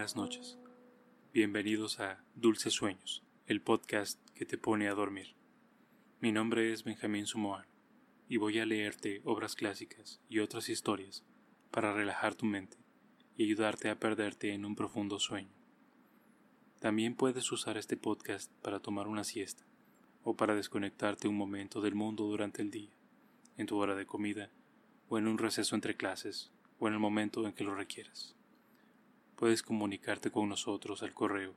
Buenas noches. Bienvenidos a Dulces Sueños, el podcast que te pone a dormir. Mi nombre es Benjamín Sumoan y voy a leerte obras clásicas y otras historias para relajar tu mente y ayudarte a perderte en un profundo sueño. También puedes usar este podcast para tomar una siesta o para desconectarte un momento del mundo durante el día, en tu hora de comida o en un receso entre clases o en el momento en que lo requieras. Puedes comunicarte con nosotros al correo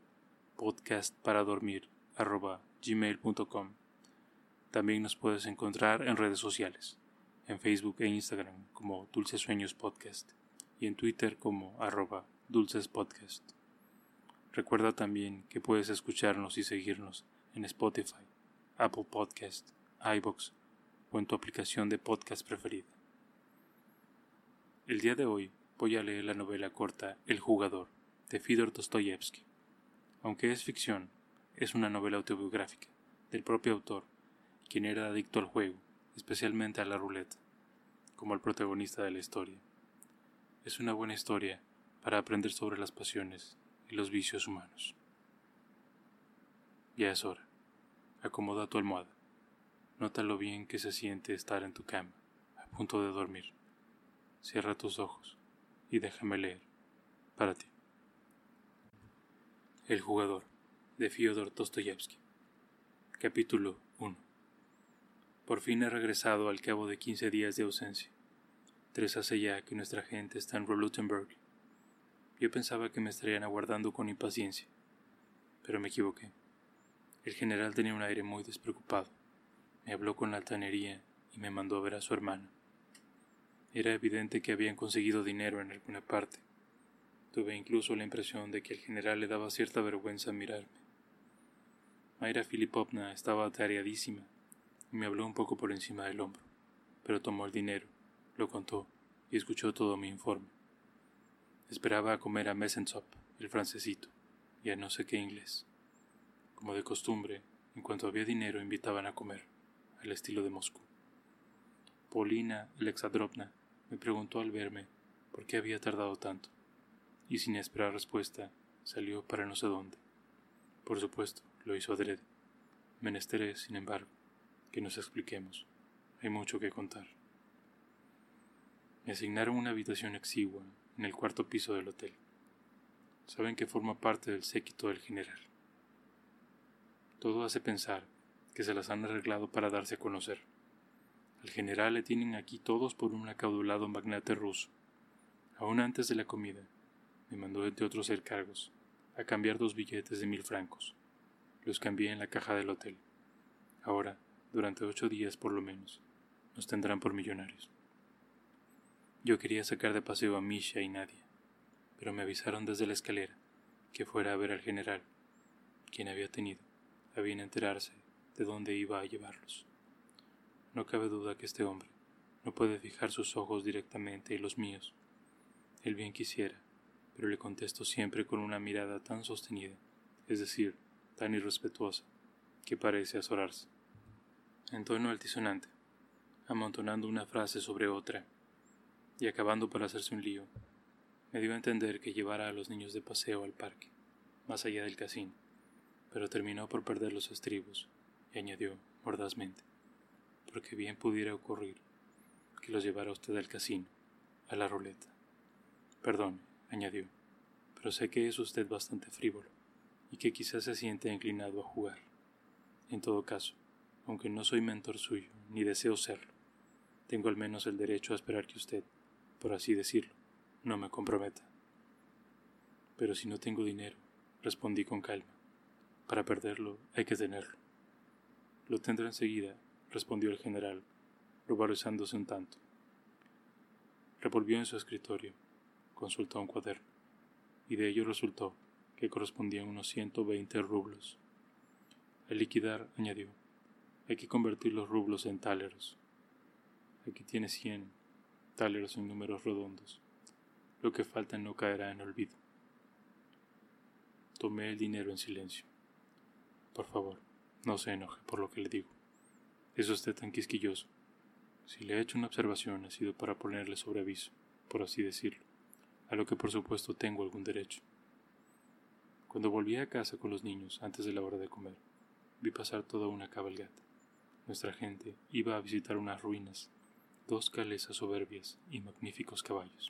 podcastparadormir@gmail.com. También nos puedes encontrar en redes sociales, en Facebook e Instagram como Dulces Sueños Podcast y en Twitter como @dulcespodcast. Recuerda también que puedes escucharnos y seguirnos en Spotify, Apple Podcast, iVoox o en tu aplicación de podcast preferida. El día de hoy voy a leer la novela corta El jugador, de Fyodor Dostoyevsky. Aunque es ficción, es una novela autobiográfica del propio autor, quien era adicto al juego, especialmente a la ruleta, como el protagonista de la historia. Es una buena historia para aprender sobre las pasiones y los vicios humanos. Ya es hora. Acomoda tu almohada. Nota lo bien que se siente estar en tu cama, a punto de dormir. Cierra tus ojos y déjame leer para ti. El jugador, de Fyodor Dostoyevsky. Capítulo 1. Por fin he regresado al cabo de 15 días de ausencia. 3 hace ya que nuestra gente está en Rolutenburg. Yo pensaba que me estarían aguardando con impaciencia, pero me equivoqué. El general tenía un aire muy despreocupado. Me habló con altanería y me mandó a ver a su hermana. Era evidente que habían conseguido dinero en alguna parte. Tuve incluso la impresión de que al general le daba cierta vergüenza mirarme. Mayra Filipovna estaba atareadísima y me habló un poco por encima del hombro, pero tomó el dinero, lo contó y escuchó todo mi informe. Esperaba a comer a Mesensop, el francesito, y a no sé qué inglés. Como de costumbre, en cuanto había dinero invitaban a comer, al estilo de Moscú. Polina Alexandrovna me preguntó al verme por qué había tardado tanto, y sin esperar respuesta salió para no sé dónde. Por supuesto, lo hizo adrede. Menester es, sin embargo, que nos expliquemos. Hay mucho que contar. Me asignaron una habitación exigua en el 4º piso del hotel. Saben que forma parte del séquito del general. Todo hace pensar que se las han arreglado para darse a conocer. Al general le tienen aquí todos por un acaudalado magnate ruso. Aún antes de la comida, me mandó, entre otros encargos, a cambiar 2 billetes de 1000 francos. Los cambié en la caja del hotel. Ahora, durante 8 días por lo menos, nos tendrán por millonarios. Yo quería sacar de paseo a Misha y Nadia, pero me avisaron desde la escalera que fuera a ver al general, quien había tenido a bien enterarse de dónde iba a llevarlos. No cabe duda que este hombre no puede fijar sus ojos directamente en los míos. Él bien quisiera, pero le contesto siempre con una mirada tan sostenida, es decir, tan irrespetuosa, que parece azorarse. En tono altisonante, amontonando una frase sobre otra, y acabando por hacerse un lío, me dio a entender que llevara a los niños de paseo al parque, más allá del casino, pero terminó por perder los estribos, y añadió mordazmente, porque bien pudiera ocurrir que los llevara usted al casino, a la ruleta. Perdone, añadió, pero sé que es usted bastante frívolo, y que quizás se siente inclinado a jugar. En todo caso, aunque no soy mentor suyo, ni deseo serlo, tengo al menos el derecho a esperar que usted, por así decirlo, no me comprometa. Pero si no tengo dinero, respondí con calma, para perderlo hay que tenerlo. Lo tendré enseguida, respondió el general, ruborizándose un tanto. Revolvió en su escritorio, consultó un cuaderno, y de ello resultó que correspondían unos 120 rublos. Al liquidar, añadió, hay que convertir los rublos en táleros. Aquí tiene 100 táleros en números redondos. Lo que falta no caerá en olvido. Tomé el dinero en silencio. Por favor, no se enoje por lo que le digo. Es usted tan quisquilloso. Si le he hecho una observación ha sido para ponerle sobre aviso, por así decirlo, a lo que por supuesto tengo algún derecho. Cuando volví a casa con los niños antes de la hora de comer, vi pasar toda una cabalgata. Nuestra gente iba a visitar unas ruinas, 2 calesas soberbias y magníficos caballos.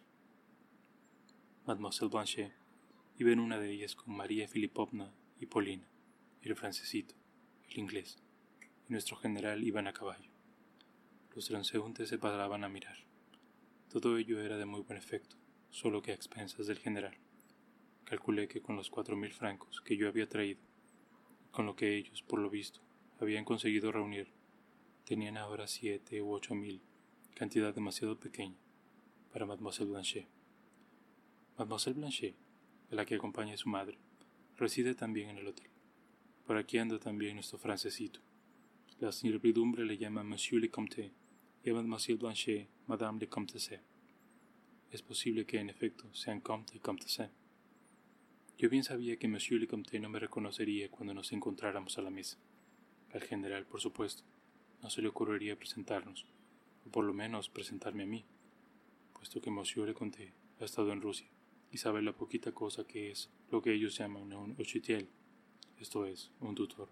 Mademoiselle Blanchet iba en una de ellas con María Filipovna y Polina, el francesito, el inglés, y nuestro general iban a caballo. Los transeúntes se paraban a mirar. Todo ello era de muy buen efecto, solo que a expensas del general. Calculé que con los 4.000 francos que yo había traído, con lo que ellos, por lo visto, habían conseguido reunir, tenían ahora 7 u 8.000, cantidad demasiado pequeña para Mademoiselle Blanchet. Mademoiselle Blanchet, a la que acompaña a su madre, reside también en el hotel. Por aquí anda también nuestro francesito. La servidumbre le llama Monsieur le Comte y a Mademoiselle Blanchet Madame le Comtesse. Es posible que en efecto sean Comte y Comtesse. Yo bien sabía que Monsieur le Comte no me reconocería cuando nos encontráramos a la mesa. Al general, por supuesto, no se le ocurriría presentarnos, o por lo menos presentarme a mí, puesto que Monsieur le Comte ha estado en Rusia y sabe la poquita cosa que es lo que ellos llaman un uchitiel, esto es, un tutor.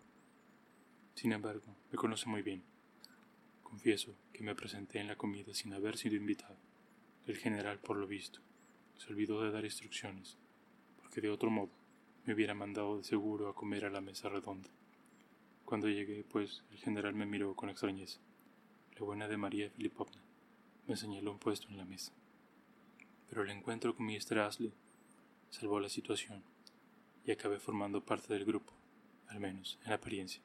Sin embargo, me conoce muy bien. Confieso que me presenté en la comida sin haber sido invitado. El general, por lo visto, se olvidó de dar instrucciones, porque de otro modo me hubiera mandado de seguro a comer a la mesa redonda. Cuando llegué, pues, el general me miró con extrañeza. La buena de María Filipovna me señaló un puesto en la mesa. Pero el encuentro con Mr. Astley salvó la situación y acabé formando parte del grupo, al menos en apariencia.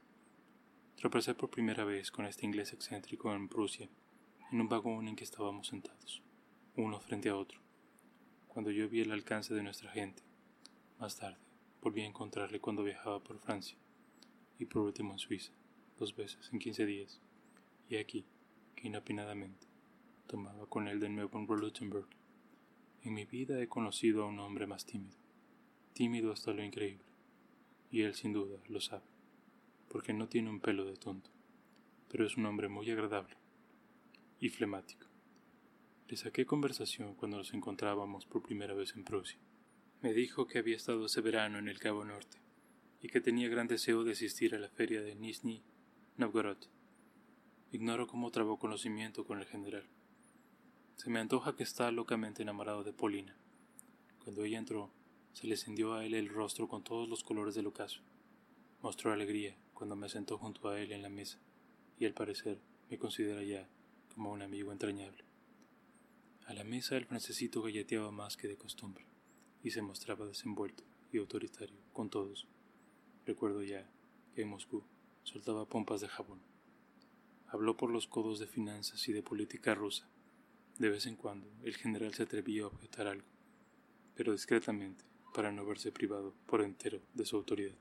Tropecé por primera vez con este inglés excéntrico en Prusia, en un vagón en que estábamos sentados, uno frente a otro, cuando yo vi el alcance de nuestra gente. Más tarde, volví a encontrarle cuando viajaba por Francia, y por último en Suiza, 2 veces en 15 días, y aquí, que inopinadamente, tomaba con él de nuevo en Rothenburg. En mi vida he conocido a un hombre más tímido hasta lo increíble, y él sin duda lo sabe, porque no tiene un pelo de tonto, pero es un hombre muy agradable y flemático. Le saqué conversación cuando nos encontrábamos por primera vez en Prusia. Me dijo que había estado ese verano en el Cabo Norte y que tenía gran deseo de asistir a la feria de Nizhny Novgorod. Ignoro cómo trabó conocimiento con el general. Se me antoja que está locamente enamorado de Polina. Cuando ella entró, se le encendió a él el rostro con todos los colores del ocaso. Mostró alegría cuando me sentó junto a él en la mesa, y al parecer me considera ya como un amigo entrañable. A la mesa el francesito galleteaba más que de costumbre, y se mostraba desenvuelto y autoritario con todos. Recuerdo ya que en Moscú soltaba pompas de jabón. Habló por los codos de finanzas y de política rusa. De vez en cuando el general se atrevía a objetar algo, pero discretamente, para no verse privado por entero de su autoridad.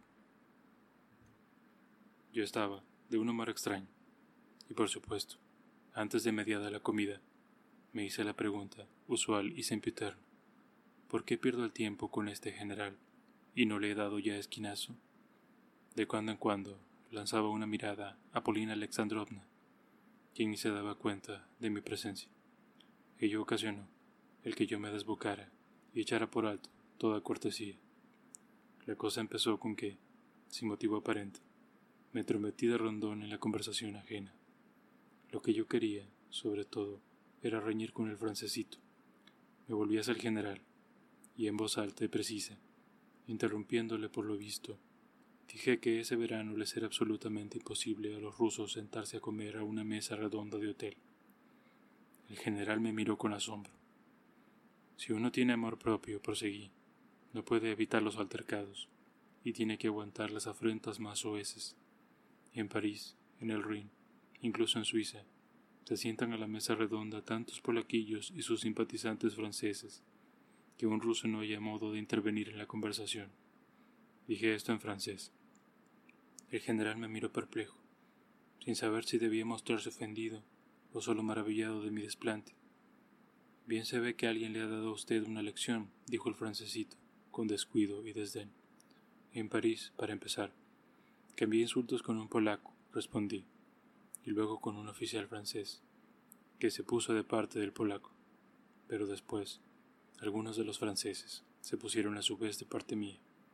Yo estaba de un humor extraño, y por supuesto, antes de mediada la comida, me hice la pregunta usual y sempiterna: ¿por qué pierdo el tiempo con este general y no le he dado ya esquinazo? De cuando en cuando lanzaba una mirada a Polina Alexandrovna, quien ni se daba cuenta de mi presencia. Ello ocasionó el que yo me desbocara y echara por alto toda cortesía. La cosa empezó con que, sin motivo aparente, me entrometí de rondón en la conversación ajena. Lo que yo quería, sobre todo, era reñir con el francesito. Me volví hacia el general, y en voz alta y precisa, interrumpiéndole por lo visto, dije que ese verano les era absolutamente imposible a los rusos sentarse a comer a una mesa redonda de hotel. El general me miró con asombro. Si uno tiene amor propio, proseguí, no puede evitar los altercados, y tiene que aguantar las afrentas más soeces. En París, en el Rin, incluso en Suiza, se sientan a la mesa redonda tantos polaquillos y sus simpatizantes franceses, que un ruso no haya modo de intervenir en la conversación. Dije esto en francés. El general me miró perplejo, sin saber si debía mostrarse ofendido o solo maravillado de mi desplante. Bien se ve que alguien le ha dado a usted una lección, dijo el francesito, con descuido y desdén. En París, para empezar. Cambié insultos con un polaco, respondí, y luego con un oficial francés, que se puso de parte del polaco. Pero después, algunos de los franceses se pusieron a su vez de parte mía.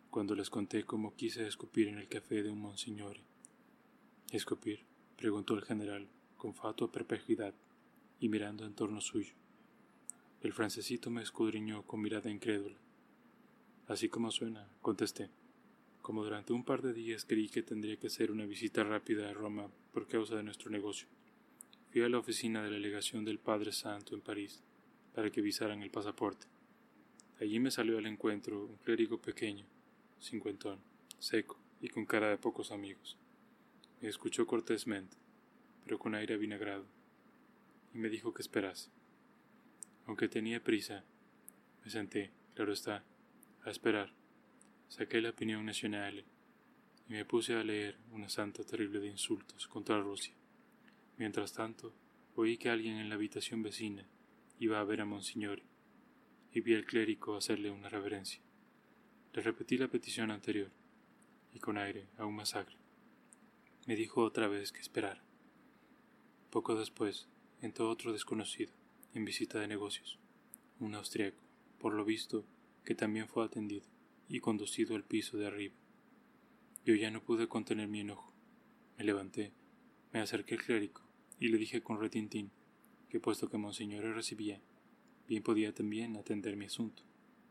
cuando les conté cómo quise escupir en el café de un monsignore. ¿Escupir?, preguntó el general, con fatua perplejidad, y mirando en torno suyo. El francesito me escudriñó con mirada incrédula. Así como suena, contesté. Como durante un par de días creí que tendría que hacer una visita rápida a Roma por causa de nuestro negocio, fui a la oficina de la legación del Padre Santo en París para que visaran el pasaporte. Allí me salió al encuentro un clérigo pequeño, cincuentón, seco y con cara de pocos amigos. Me escuchó cortésmente, pero con aire avinagrado, y me dijo que esperase. Aunque tenía prisa, me senté, claro está, a esperar. Saqué la opinión nacional y me puse a leer una santa terrible de insultos contra Rusia. Mientras tanto, oí que alguien en la habitación vecina iba a ver a Monsignore, y vi al clérigo hacerle una reverencia. Le repetí la petición anterior, y con aire aún más agrio. Me dijo otra vez que esperara. Poco después, entró otro desconocido, en visita de negocios, un austriaco, por lo visto, que también fue atendido y conducido al piso de arriba. Yo ya no pude contener mi enojo. Me levanté, me acerqué al clérigo y le dije con retintín que puesto que Monsignore recibía, bien podía también atender mi asunto.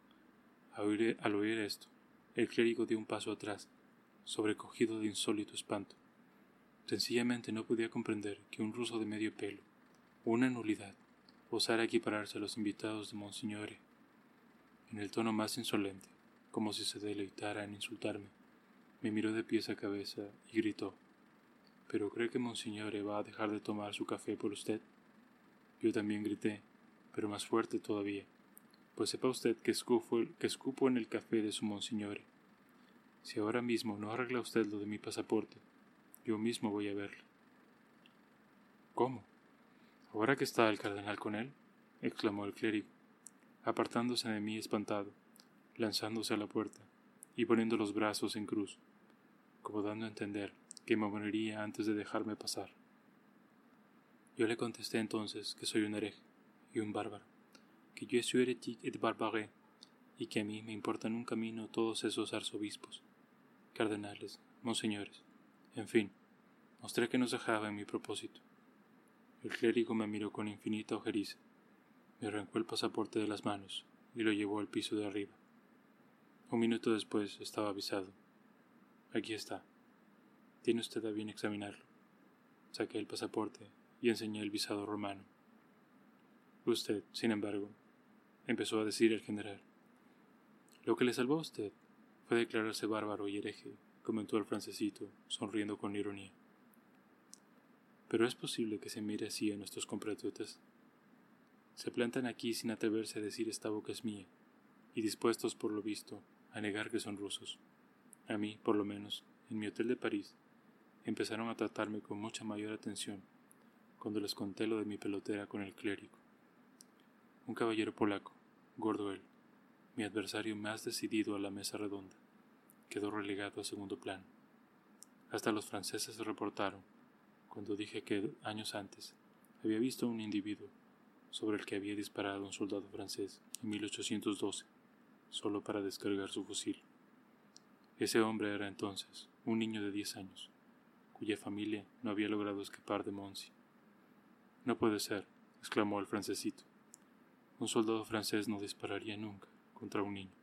Al oír esto, el clérigo dio un paso atrás, sobrecogido de insólito espanto. Sencillamente no podía comprender que un ruso de medio pelo, una nulidad, osara equipararse a los invitados de Monsignore. En el tono más insolente, como si se deleitara en insultarme, me miró de pies a cabeza y gritó: ¿Pero cree que Monsignore va a dejar de tomar su café por usted? Yo también grité, pero más fuerte todavía, pues sepa usted que escupo en el café de su Monsignore. Si ahora mismo no arregla usted lo de mi pasaporte, yo mismo voy a verle. ¿Cómo? ¿Ahora que está el cardenal con él?, exclamó el clérigo, apartándose de mí espantado, lanzándose a la puerta y poniendo los brazos en cruz, como dando a entender que me moriría antes de dejarme pasar. Yo le contesté entonces que soy un hereje y un bárbaro, que yo soy hérétique et barbare, y que a mí me importan un camino todos esos arzobispos, cardenales, monseñores, en fin, mostré que no dejaba en mi propósito. El clérigo me miró con infinita ojeriza, me arrancó el pasaporte de las manos y lo llevó al piso de arriba. Un minuto después estaba avisado. Aquí está. Tiene usted a bien examinarlo. Saqué el pasaporte y enseñé el visado romano. Usted, sin embargo, empezó a decir el general. Lo que le salvó a usted fue declararse bárbaro y hereje, comentó el francesito, sonriendo con ironía. Pero es posible que se mire así a nuestros compatriotas. Se plantan aquí sin atreverse a decir esta boca es mía, y dispuestos, por lo visto, a negar que son rusos. A mí, por lo menos, en mi hotel de París, empezaron a tratarme con mucha mayor atención cuando les conté lo de mi pelotera con el clérigo. Un caballero polaco, gordo él, mi adversario más decidido a la mesa redonda, quedó relegado a segundo plano. Hasta los franceses se reportaron cuando dije que años antes había visto a un individuo sobre el que había disparado un soldado francés en 1812, solo para descargar su fusil. Ese hombre era entonces un niño de 10 años, cuya familia no había logrado escapar de Moncy. No puede ser, exclamó el francesito. Un soldado francés no dispararía nunca contra un niño.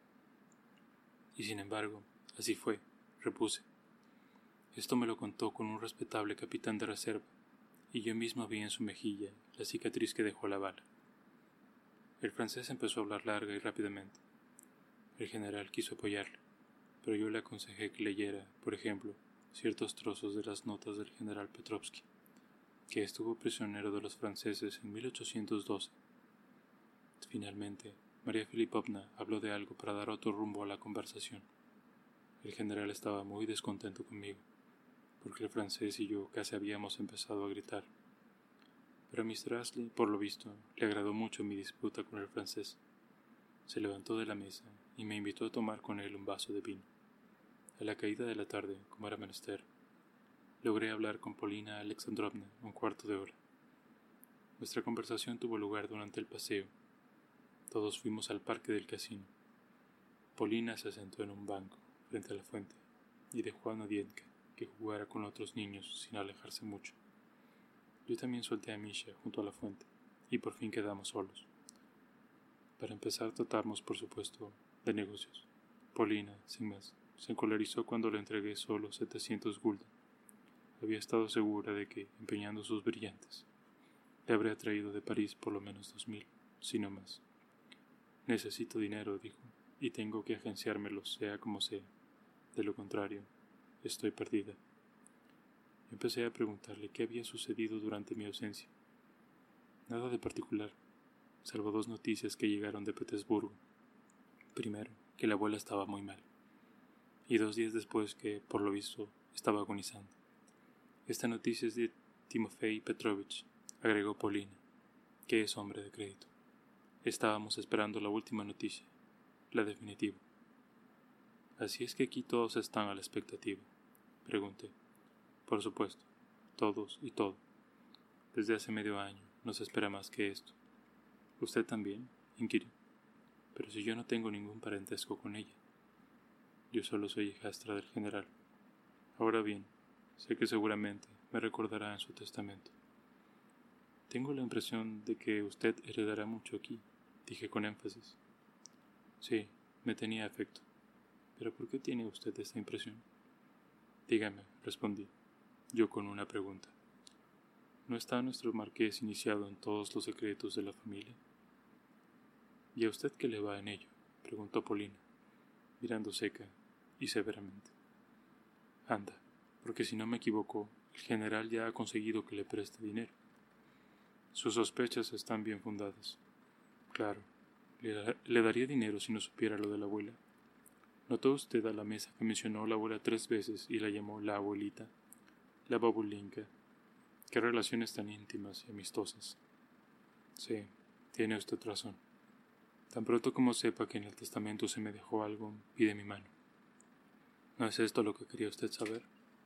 Y sin embargo, así fue, repuse. Esto me lo contó con un respetable capitán de reserva, y yo mismo vi en su mejilla la cicatriz que dejó la bala. El francés empezó a hablar larga y rápidamente. El general quiso apoyarle, pero yo le aconsejé que leyera, por ejemplo, ciertos trozos de las notas del general Petrovsky, que estuvo prisionero de los franceses en 1812. Finalmente, María Filipovna habló de algo para dar otro rumbo a la conversación. El general estaba muy descontento conmigo, porque el francés y yo casi habíamos empezado a gritar. Pero a Mr. Astley, por lo visto, le agradó mucho mi disputa con el francés. Se levantó de la mesa y me invitó a tomar con él un vaso de vino. A la caída de la tarde, como era menester, logré hablar con Polina Alexandrovna un cuarto de hora. Nuestra conversación tuvo lugar durante el paseo. Todos fuimos al parque del casino. Polina se sentó en un banco frente a la fuente y dejó a Nadiedka que jugara con otros niños sin alejarse mucho. Yo también solté a Misha junto a la fuente y por fin quedamos solos. Para empezar tratamos, por supuesto, de negocios. Polina, sin más, se encolerizó cuando le entregué solo 700 gulden. Había estado segura de que, empeñando sus brillantes, le habría traído de París por lo menos 2000, si no más. Necesito dinero, dijo, y tengo que agenciármelo, sea como sea. De lo contrario, estoy perdida. Empecé a preguntarle qué había sucedido durante mi ausencia. Nada de particular, salvo 2 noticias que llegaron de Petersburgo. Primero, que la abuela estaba muy mal, y 2 días después que, por lo visto, estaba agonizando. Esta noticia es de Timofey Petrovich, agregó Polina, que es hombre de crédito. Estábamos esperando la última noticia, la definitiva. ¿Así es que aquí todos están a la expectativa?, pregunté. Por supuesto, todos y todo. Desde hace medio año no se espera más que esto. ¿Usted también?, inquirió. Pero si yo no tengo ningún parentesco con ella. Yo solo soy hijastra del general. Ahora bien, sé que seguramente me recordará en su testamento. Tengo la impresión de que usted heredará mucho aquí, dije con énfasis. Sí, me tenía afecto. ¿Pero por qué tiene usted esta impresión? Dígame, respondí, yo con una pregunta. ¿No está nuestro marqués iniciado en todos los secretos de la familia? ¿Y a usted qué le va en ello?, preguntó Polina, mirando seca y severamente. Anda, porque si no me equivoco, el general ya ha conseguido que le preste dinero. Sus sospechas están bien fundadas. Claro, le daría dinero si no supiera lo de la abuela. ¿Notó usted a la mesa que mencionó la abuela 3 veces y la llamó la abuelita, la babulinka? Qué relaciones tan íntimas y amistosas. Sí, tiene usted razón. Tan pronto como sepa que en el testamento se me dejó algo, pide mi mano. ¿No es esto lo que quería usted saber?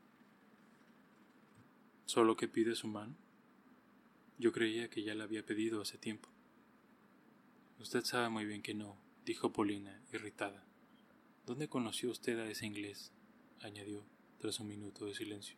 ¿Solo que pide su mano? Yo creía que ya la había pedido hace tiempo. Usted sabe muy bien que no, dijo Polina, irritada. ¿Dónde conoció usted a ese inglés?, añadió, tras un minuto de silencio.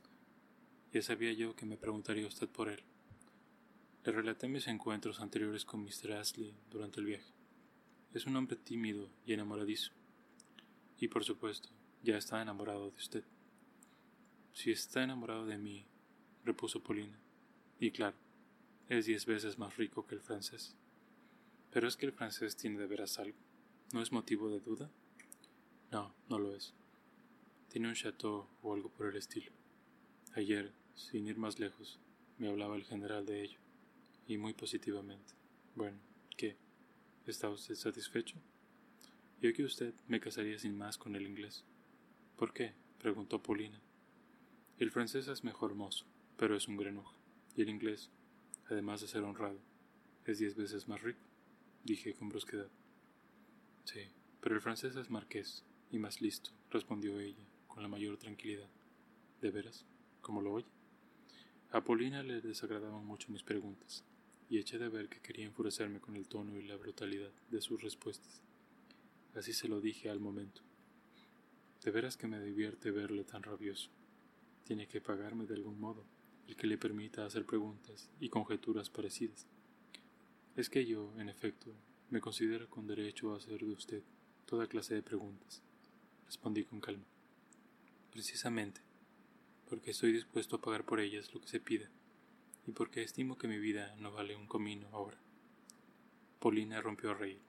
Ya sabía yo que me preguntaría usted por él. Le relaté mis encuentros anteriores con Mr. Astley durante el viaje. Es un hombre tímido y enamoradizo. Y por supuesto, ya está enamorado de usted. Si está enamorado de mí, repuso Polina, y claro, es 10 veces más rico que el francés. Pero es que el francés tiene de veras algo. ¿No es motivo de duda? No, no lo es. Tiene un chateau o algo por el estilo. Ayer, sin ir más lejos, me hablaba el general de ello, y muy positivamente. Bueno, ¿qué? ¿Está usted satisfecho? Yo que usted me casaría sin más con el inglés. ¿Por qué?, preguntó Polina. El francés es mejor mozo, pero es un grenuja, y el inglés, además de ser honrado, es 10 veces más rico, dije con brusquedad. Sí, pero el francés es marqués, y más listo, respondió ella, con la mayor tranquilidad. ¿De veras? ¿Cómo lo oye? A Polina le desagradaban mucho mis preguntas, y eché de ver que quería enfurecerme con el tono y la brutalidad de sus respuestas. Así se lo dije al momento. De veras que me divierte verle tan rabioso. Tiene que pagarme de algún modo, el que le permita hacer preguntas y conjeturas parecidas. Es que yo, en efecto, me considero con derecho a hacer de usted toda clase de preguntas, respondí con calma. Precisamente, porque estoy dispuesto a pagar por ellas lo que se pida, y porque estimo que mi vida no vale un comino ahora. Polina rompió a reír.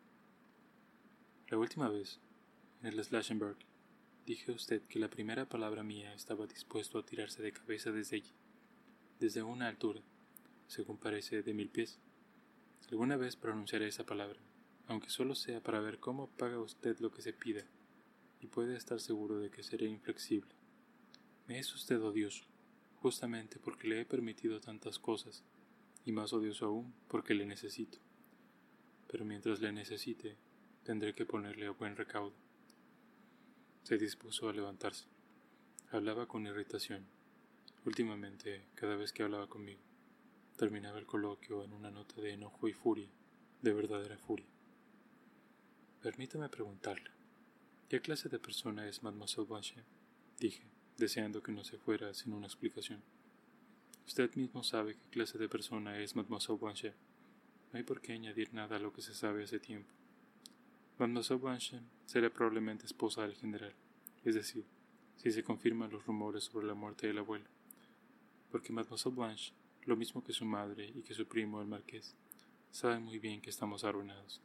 La última vez, en el Schlassenberg, dije a usted que la primera palabra mía estaba dispuesto a tirarse de cabeza desde allí, desde una altura, según parece, de 1000 pies. Alguna vez pronunciaré esa palabra, aunque solo sea para ver cómo paga usted lo que se pida, y puede estar seguro de que seré inflexible. Me es usted odioso, justamente porque le he permitido tantas cosas, y más odioso aún porque le necesito. Pero mientras le necesite, tendré que ponerle a buen recaudo. Se dispuso a levantarse. Hablaba con irritación. Últimamente, cada vez que hablaba conmigo, terminaba el coloquio en una nota de enojo y furia, de verdadera furia. Permítame preguntarle, ¿Qué clase de persona es Mademoiselle Blanche? Dije, deseando que no se fuera sin una explicación. Usted mismo sabe qué clase de persona es Mademoiselle Blanche. No hay por qué añadir nada a lo que se sabe hace tiempo. Mademoiselle Blanche será probablemente esposa del general, es decir, si se confirman los rumores sobre la muerte del abuelo, porque Mademoiselle Blanche, lo mismo que su madre y que su primo el marqués, sabe muy bien que estamos arruinados.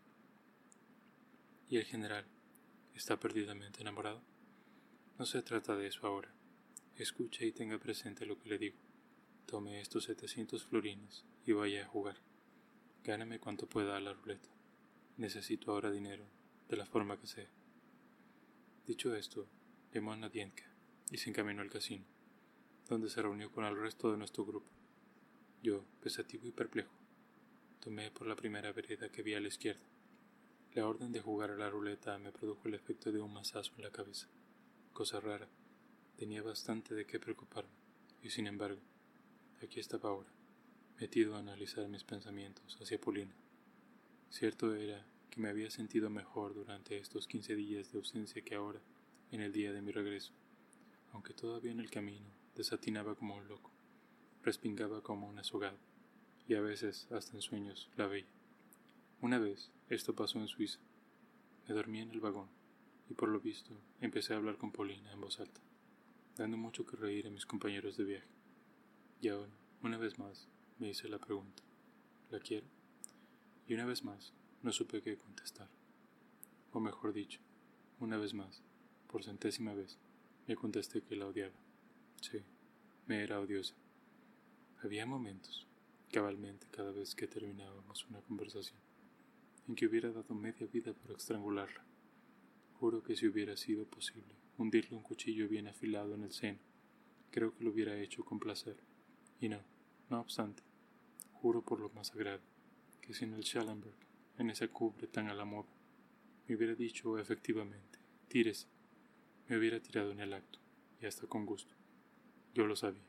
¿Y el general está perdidamente enamorado? No se trata de eso ahora. Escuche y tenga presente lo que le digo. Tome estos 700 florines y vaya a jugar. Gáname cuanto pueda a la ruleta. Necesito ahora dinero, de la forma que sea. Dicho esto, llamó a Nadienka y se encaminó al casino, donde se reunió con el resto de nuestro grupo. Yo, pensativo y perplejo, tomé por la primera vereda que vi a la izquierda. La orden de jugar a la ruleta me produjo el efecto de un mazazo en la cabeza. Cosa rara, tenía bastante de qué preocuparme, y sin embargo, aquí estaba ahora, metido a analizar mis pensamientos hacia Polina. Cierto era que me había sentido mejor durante estos 15 días de ausencia que ahora, en el día de mi regreso, aunque todavía en el camino desatinaba como un loco, respingaba como un azogado, y a veces, hasta en sueños, la veía. Una vez, esto pasó en Suiza. Me dormí en el vagón, y por lo visto, empecé a hablar con Polina en voz alta, dando mucho que reír a mis compañeros de viaje. Y ahora, una vez más, me hice la pregunta, ¿la quiero? Y una vez más, no supe qué contestar. O mejor dicho, una vez más, por centésima vez, me contesté que la odiaba. Sí, me era odiosa. Había momentos, cabalmente cada vez que terminábamos una conversación, en que hubiera dado media vida por estrangularla. Juro que si hubiera sido posible hundirle un cuchillo bien afilado en el seno, creo que lo hubiera hecho con placer. Y no obstante, juro por lo más sagrado, que si en el Schellenberg, en esa cubre tan a la moda, me hubiera dicho efectivamente, tírese, me hubiera tirado en el acto, y hasta con gusto. Yo lo sabía.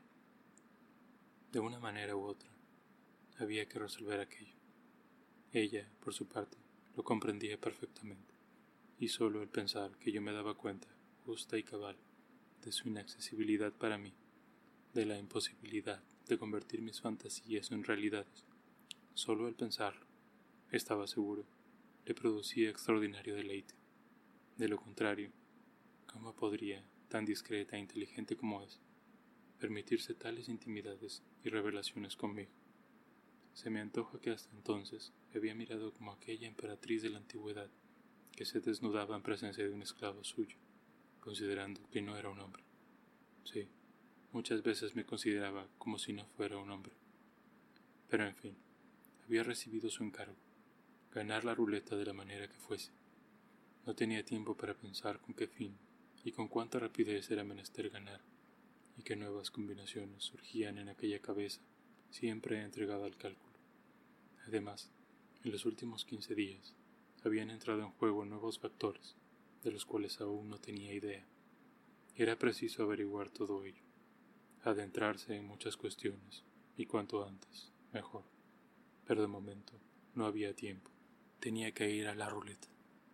De una manera u otra, había que resolver aquello. Ella, por su parte, lo comprendía perfectamente, y solo el pensar que yo me daba cuenta, justa y cabal, de su inaccesibilidad para mí, de la imposibilidad de convertir mis fantasías en realidades, solo el pensarlo, estaba seguro, le producía extraordinario deleite. De lo contrario, ¿cómo podría, tan discreta e inteligente como es, permitirse tales intimidades y revelaciones conmigo? Se me antoja que hasta entonces me había mirado como aquella emperatriz de la antigüedad que se desnudaba en presencia de un esclavo suyo, considerando que no era un hombre. Sí, muchas veces me consideraba como si no fuera un hombre. Pero en fin, había recibido su encargo, ganar la ruleta de la manera que fuese. No tenía tiempo para pensar con qué fin y con cuánta rapidez era menester ganar, y qué nuevas combinaciones surgían en aquella cabeza, siempre entregada al cálculo. Además, en los últimos 15 días, habían entrado en juego nuevos factores, de los cuales aún no tenía idea. Era preciso averiguar todo ello, adentrarse en muchas cuestiones, y cuanto antes, mejor. Pero de momento, no había tiempo. Tenía que ir a la ruleta.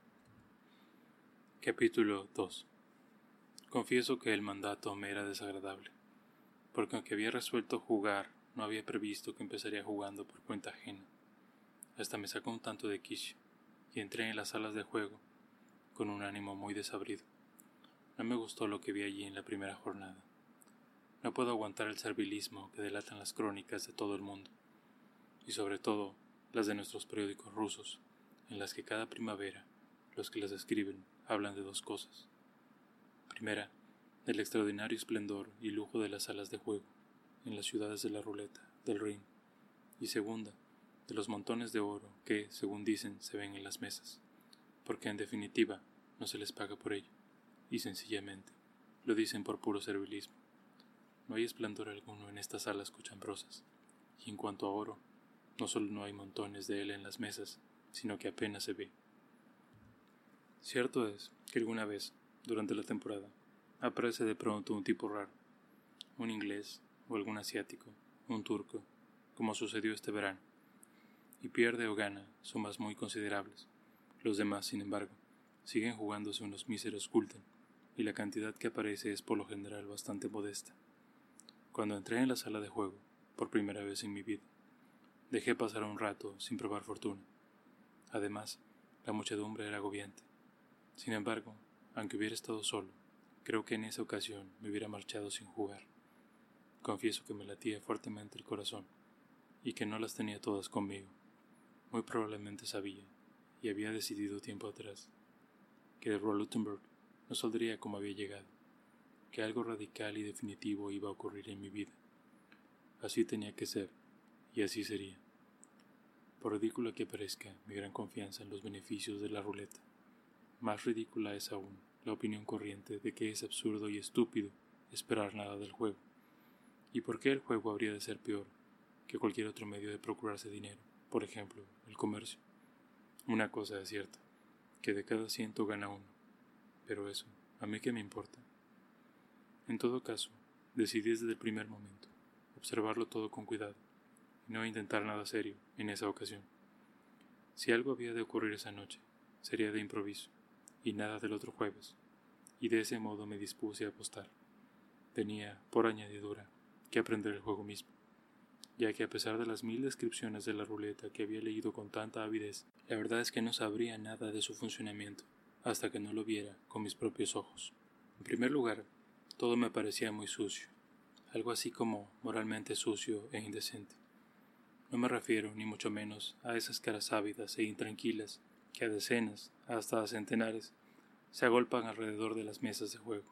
Capítulo 2. Confieso que el mandato me era desagradable, porque aunque había resuelto jugar, no había previsto que empezaría jugando por cuenta ajena. Hasta me sacó un tanto de quicio, y entré en las salas de juego, con un ánimo muy desabrido. No me gustó lo que vi allí en la primera jornada. No puedo aguantar el servilismo que delatan las crónicas de todo el mundo, y sobre todo las de nuestros periódicos rusos, en las que cada primavera los que las escriben hablan de dos cosas. Primera, del extraordinario esplendor y lujo de las salas de juego en las ciudades de la ruleta, del Rin, y segunda, de los montones de oro que, según dicen, se ven en las mesas, porque en definitiva no se les paga por ello, y sencillamente lo dicen por puro servilismo. No hay esplendor alguno en estas salas cochambrosas, y en cuanto a oro, no solo no hay montones de él en las mesas, sino que apenas se ve. Cierto es que alguna vez, durante la temporada, aparece de pronto un tipo raro, un inglés o algún asiático, un turco, como sucedió este verano, y pierde o gana sumas muy considerables. Los demás, sin embargo, siguen jugándose unos míseros gulden, y la cantidad que aparece es por lo general bastante modesta. Cuando entré en la sala de juego, por primera vez en mi vida, dejé pasar un rato sin probar fortuna. Además, la muchedumbre era agobiante. Sin embargo, aunque hubiera estado solo, creo que en esa ocasión me hubiera marchado sin jugar. Confieso que me latía fuertemente el corazón, y que no las tenía todas conmigo. Muy probablemente sabía, y había decidido tiempo atrás, que de Rolutenburg no saldría como había llegado, que algo radical y definitivo iba a ocurrir en mi vida. Así tenía que ser, y así sería. Por ridícula que parezca mi gran confianza en los beneficios de la ruleta, más ridícula es aún la opinión corriente de que es absurdo y estúpido esperar nada del juego. ¿Y por qué el juego habría de ser peor que cualquier otro medio de procurarse dinero? Por ejemplo, el comercio. Una cosa es cierta, que de cada 100 gana uno. Pero eso, ¿a mí qué me importa? En todo caso, decidí desde el primer momento observarlo todo con cuidado y no intentar nada serio en esa ocasión. Si algo había de ocurrir esa noche, sería de improviso, y nada del otro jueves, y de ese modo me dispuse a apostar. Tenía, por añadidura, que aprender el juego mismo, ya que a pesar de las 1000 descripciones de la ruleta que había leído con tanta avidez, la verdad es que no sabría nada de su funcionamiento hasta que no lo viera con mis propios ojos. En primer lugar, todo me parecía muy sucio, algo así como moralmente sucio e indecente. No me refiero, ni mucho menos, a esas caras ávidas e intranquilas que a decenas, hasta a centenares, se agolpan alrededor de las mesas de juego.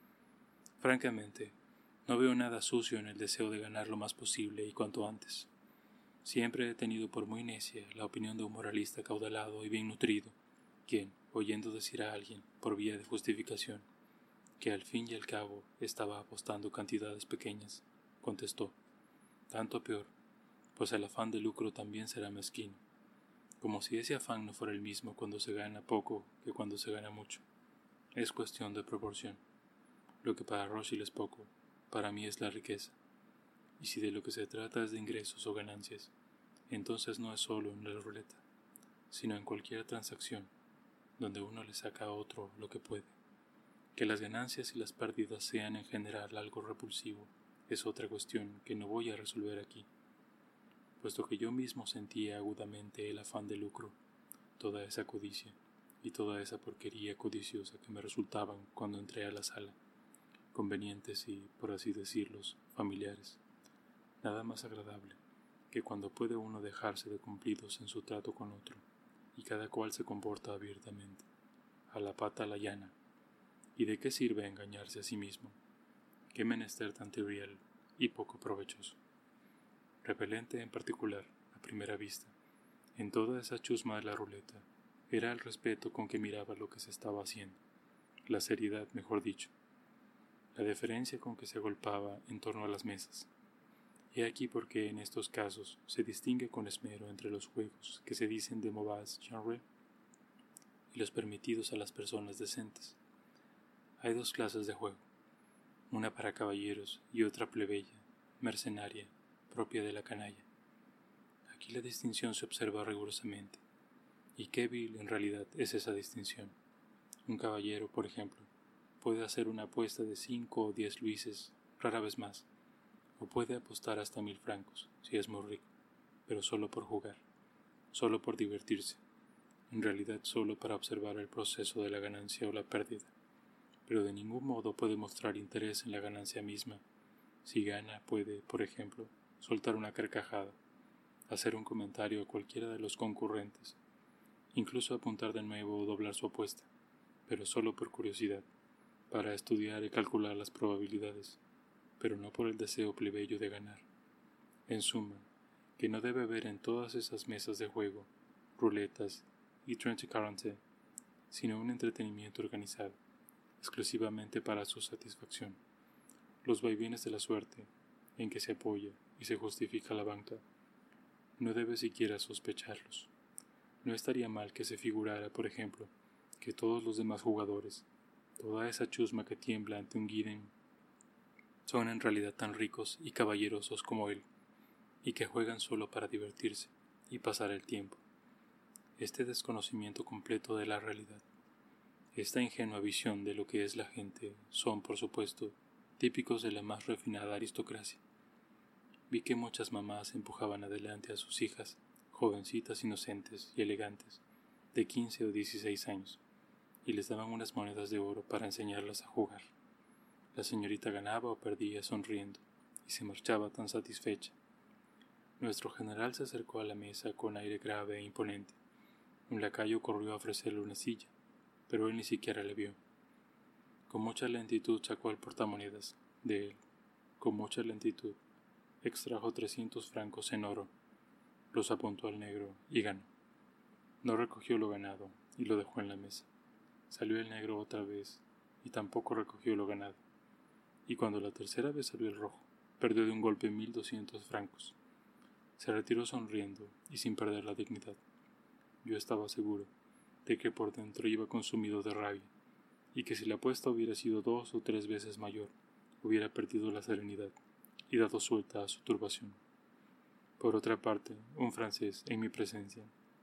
Francamente, no veo nada sucio en el deseo de ganar lo más posible y cuanto antes. Siempre he tenido por muy necia la opinión de un moralista caudalado y bien nutrido, quien, oyendo decir a alguien, por vía de justificación, que al fin y al cabo estaba apostando cantidades pequeñas, contestó: tanto peor, pues el afán de lucro también será mezquino, como si ese afán no fuera el mismo cuando se gana poco que cuando se gana mucho. Es cuestión de proporción. Lo que para Rothschild es poco, para mí es la riqueza. Y si de lo que se trata es de ingresos o ganancias, entonces no es solo en la ruleta, sino en cualquier transacción, donde uno le saca a otro lo que puede. Que las ganancias y las pérdidas sean en general algo repulsivo es otra cuestión que no voy a resolver aquí, puesto que yo mismo sentía agudamente el afán de lucro, toda esa codicia y toda esa porquería codiciosa que me resultaban cuando entré a la sala, convenientes y, por así decirlos, familiares. Nada más agradable que cuando puede uno dejarse de cumplidos en su trato con otro, y cada cual se comporta abiertamente, a la pata a la llana. ¿Y de qué sirve engañarse a sí mismo? Qué menester tan trivial y poco provechoso. Repelente en particular, a primera vista, en toda esa chusma de la ruleta, era el respeto con que miraba lo que se estaba haciendo, la seriedad, mejor dicho, la deferencia con que se agolpaba en torno a las mesas. He aquí por qué en estos casos se distingue con esmero entre los juegos que se dicen de mauvais genre y los permitidos a las personas decentes. Hay dos clases de juego, una para caballeros y otra plebeya, mercenaria, propia de la canalla. Aquí la distinción se observa rigurosamente. ¿Y qué vil en realidad es esa distinción? Un caballero, por ejemplo, puede hacer una apuesta de 5 o 10 luises, rara vez más, o puede apostar hasta 1000 francos, si es muy rico, pero solo por jugar, solo por divertirse, en realidad solo para observar el proceso de la ganancia o la pérdida, pero de ningún modo puede mostrar interés en la ganancia misma. Si gana, puede, por ejemplo, soltar una carcajada, hacer un comentario a cualquiera de los concurrentes, incluso apuntar de nuevo o doblar su apuesta, pero solo por curiosidad, para estudiar y calcular las probabilidades, pero no por el deseo plebeyo de ganar. En suma, que no debe haber en todas esas mesas de juego, ruletas y 30-40, sino un entretenimiento organizado, exclusivamente para su satisfacción. Los vaivenes de la suerte, en que se apoya y se justifica la banca, no debe siquiera sospecharlos. No estaría mal que se figurara, por ejemplo, que todos los demás jugadores, toda esa chusma que tiembla ante un guiden, son en realidad tan ricos y caballerosos como él, y que juegan solo para divertirse y pasar el tiempo. Este desconocimiento completo de la realidad, Esta ingenua visión de lo que es la gente son, por supuesto, típicos de la más refinada aristocracia. Vi que muchas mamás empujaban adelante a sus hijas, jovencitas inocentes y elegantes, de 15 o 16 años, y les daban unas monedas de oro para enseñarlas a jugar. La señorita ganaba o perdía sonriendo, y se marchaba tan satisfecha. Nuestro general se acercó a la mesa con aire grave e imponente. Un lacayo corrió a ofrecerle una silla, pero él ni siquiera le vio. Con mucha lentitud sacó el portamonedas de él. Con mucha lentitud extrajo 300 francos en oro, los apuntó al negro y ganó. No recogió lo ganado y lo dejó en la mesa. Salió el negro otra vez y tampoco recogió lo ganado. Y cuando la tercera vez salió el rojo, perdió de un golpe 1200 francos. Se retiró sonriendo y sin perder la dignidad. Yo estaba seguro de que por dentro iba consumido de rabia, y que si la apuesta hubiera sido 2 o 3 veces mayor, hubiera perdido la serenidad y dado suelta a su turbación. Por otra parte, un francés, en mi presencia,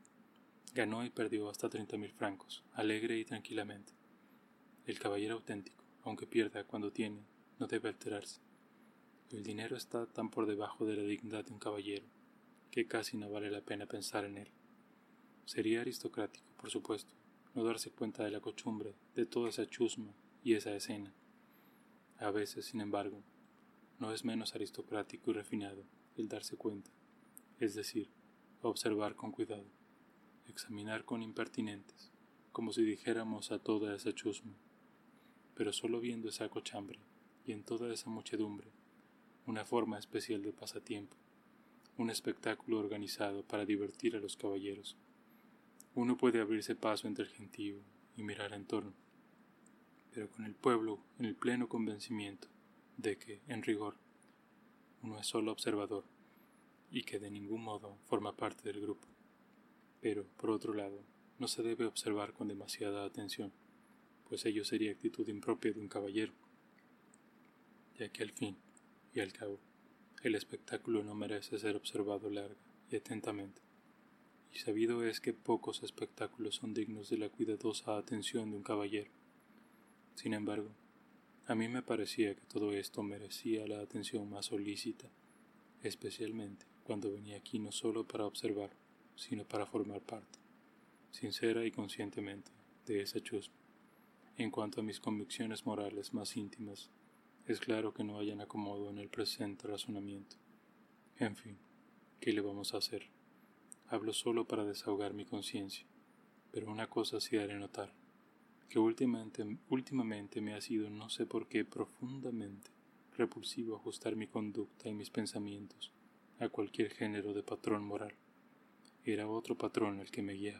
ganó y perdió hasta 30.000 francos, alegre y tranquilamente. El caballero auténtico, aunque pierda cuando tiene, no debe alterarse. El dinero está tan por debajo de la dignidad de un caballero, que casi no vale la pena pensar en él. Sería aristocrático, por supuesto, no darse cuenta de la costumbre de toda esa chusma y esa escena. A veces, sin embargo, no es menos aristocrático y refinado el darse cuenta, es decir, observar con cuidado, examinar con impertinentes, como si dijéramos a toda esa chusma, pero solo viendo esa cochambre y en toda esa muchedumbre, una forma especial de pasatiempo, un espectáculo organizado para divertir a los caballeros. Uno puede abrirse paso entre el gentío y mirar en torno, pero con el pueblo en el pleno convencimiento de que, en rigor, uno es solo observador y que de ningún modo forma parte del grupo. Pero, por otro lado, no se debe observar con demasiada atención, pues ello sería actitud impropia de un caballero, ya que al fin y al cabo, el espectáculo no merece ser observado larga y atentamente. Y sabido es que pocos espectáculos son dignos de la cuidadosa atención de un caballero. Sin embargo, a mí me parecía que todo esto merecía la atención más solícita, especialmente cuando venía aquí no solo para observar, sino para formar parte, sincera y conscientemente, de esa chusma. En cuanto a mis convicciones morales más íntimas, es claro que no hayan acomodo en el presente razonamiento. En fin, ¿qué le vamos a hacer? Hablo solo para desahogar mi conciencia, pero una cosa sí haré notar, que últimamente me ha sido, no sé por qué, profundamente repulsivo ajustar mi conducta y mis pensamientos a cualquier género de patrón moral. Era otro patrón el que me guiaba.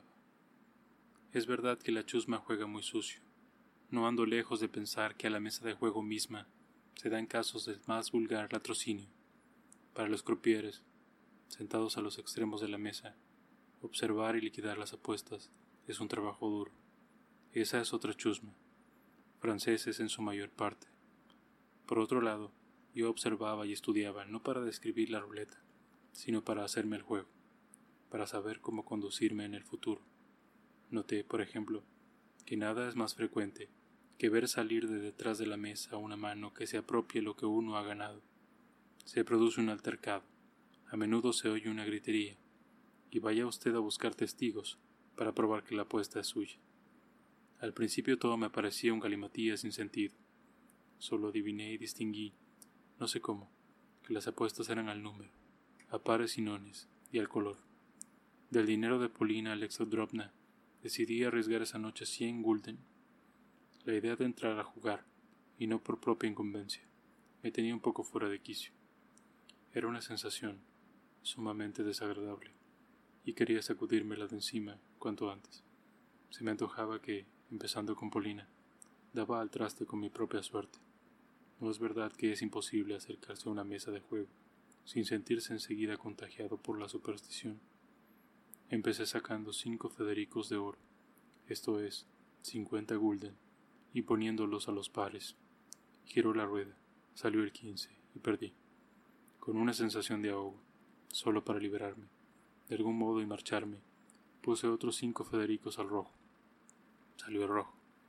Es verdad que la chusma juega muy sucio. No ando lejos de pensar que a la mesa de juego misma se dan casos del más vulgar latrocinio. Para los croupiers, sentados a los extremos de la mesa, observar y liquidar las apuestas es un trabajo duro. Esa es otra chusma, franceses en su mayor parte. Por otro lado, yo observaba y estudiaba no para describir la ruleta, sino para hacerme el juego, para saber cómo conducirme en el futuro. Noté, por ejemplo, que nada es más frecuente que ver salir de detrás de la mesa una mano que se apropie lo que uno ha ganado. Se produce un altercado, a menudo se oye una gritería, y vaya usted a buscar testigos para probar que la apuesta es suya. Al principio todo me parecía un galimatías sin sentido. Solo adiviné y distinguí, no sé cómo, que las apuestas eran al número, a pares y nones, y al color. Del dinero de Polina Alexandrovna decidí arriesgar esa noche 100 gulden. La idea de entrar a jugar, y no por propia incumbencia, me tenía un poco fuera de quicio. Era una sensación sumamente desagradable, y quería sacudírmela de encima cuanto antes. Se me antojaba que, empezando con Polina, daba al traste con mi propia suerte. No es verdad que es imposible acercarse a una mesa de juego sin sentirse enseguida contagiado por la superstición. Empecé sacando 5 Federicos de oro, esto es, 50 gulden, y poniéndolos a los pares. Giró la rueda, salió el 15 y perdí, con una sensación de ahogo, solo para liberarme, de algún modo y marcharme. Puse otros 5 Federicos al rojo. Salió el rojo.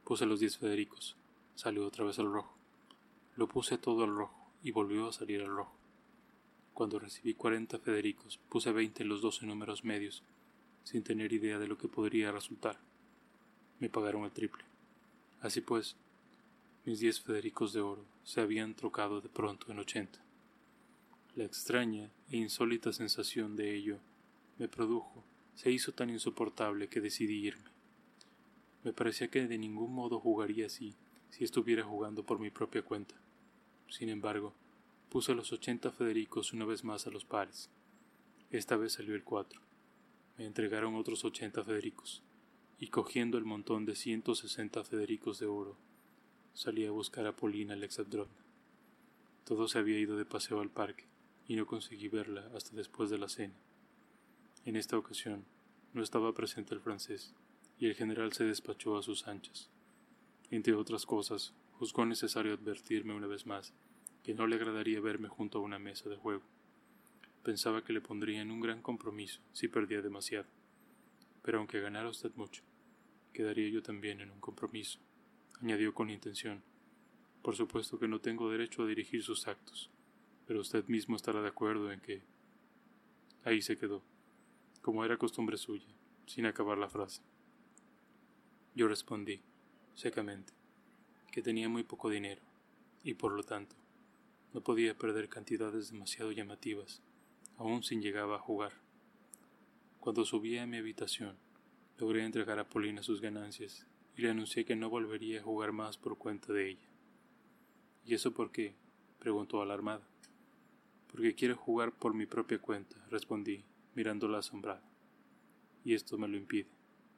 Puse los 10 Federicos. Salió otra vez al rojo. Lo puse todo al rojo y volvió a salir al rojo. Cuando recibí 40 Federicos, puse 20 en los 12 números medios, sin tener idea de lo que podría resultar. Me pagaron el triple. Así pues, mis 10 Federicos de oro se habían trocado de pronto en 80. La extraña e insólita sensación de ello se hizo tan insoportable que decidí irme. Me parecía que de ningún modo jugaría así si estuviera jugando por mi propia cuenta. Sin embargo, puse los 80 Federicos una vez más a los pares. Esta vez salió el 4. Me entregaron otros 80 Federicos, y cogiendo el montón de 160 Federicos de oro, salí a buscar a Polina Alexandrovna. Todo se había ido de paseo al parque, y no conseguí verla hasta después de la cena. En esta ocasión, no estaba presente el francés, y el general se despachó a sus anchas. Entre otras cosas, juzgó necesario advertirme una vez más que no le agradaría verme junto a una mesa de juego. Pensaba que le pondría en un gran compromiso si perdía demasiado. Pero aunque ganara usted mucho, quedaría yo también en un compromiso, añadió con intención. Por supuesto que no tengo derecho a dirigir sus actos, pero usted mismo estará de acuerdo en que... Ahí se quedó, como era costumbre suya, sin acabar la frase. Yo respondí, secamente, que tenía muy poco dinero, y por lo tanto, no podía perder cantidades demasiado llamativas, aun sin llegar a jugar. Cuando subí a mi habitación, logré entregar a Polina sus ganancias y le anuncié que no volvería a jugar más por cuenta de ella. ¿Y eso por qué?, preguntó alarmada. Porque quiero jugar por mi propia cuenta, respondí, mirándola asombrada. Y esto me lo impide.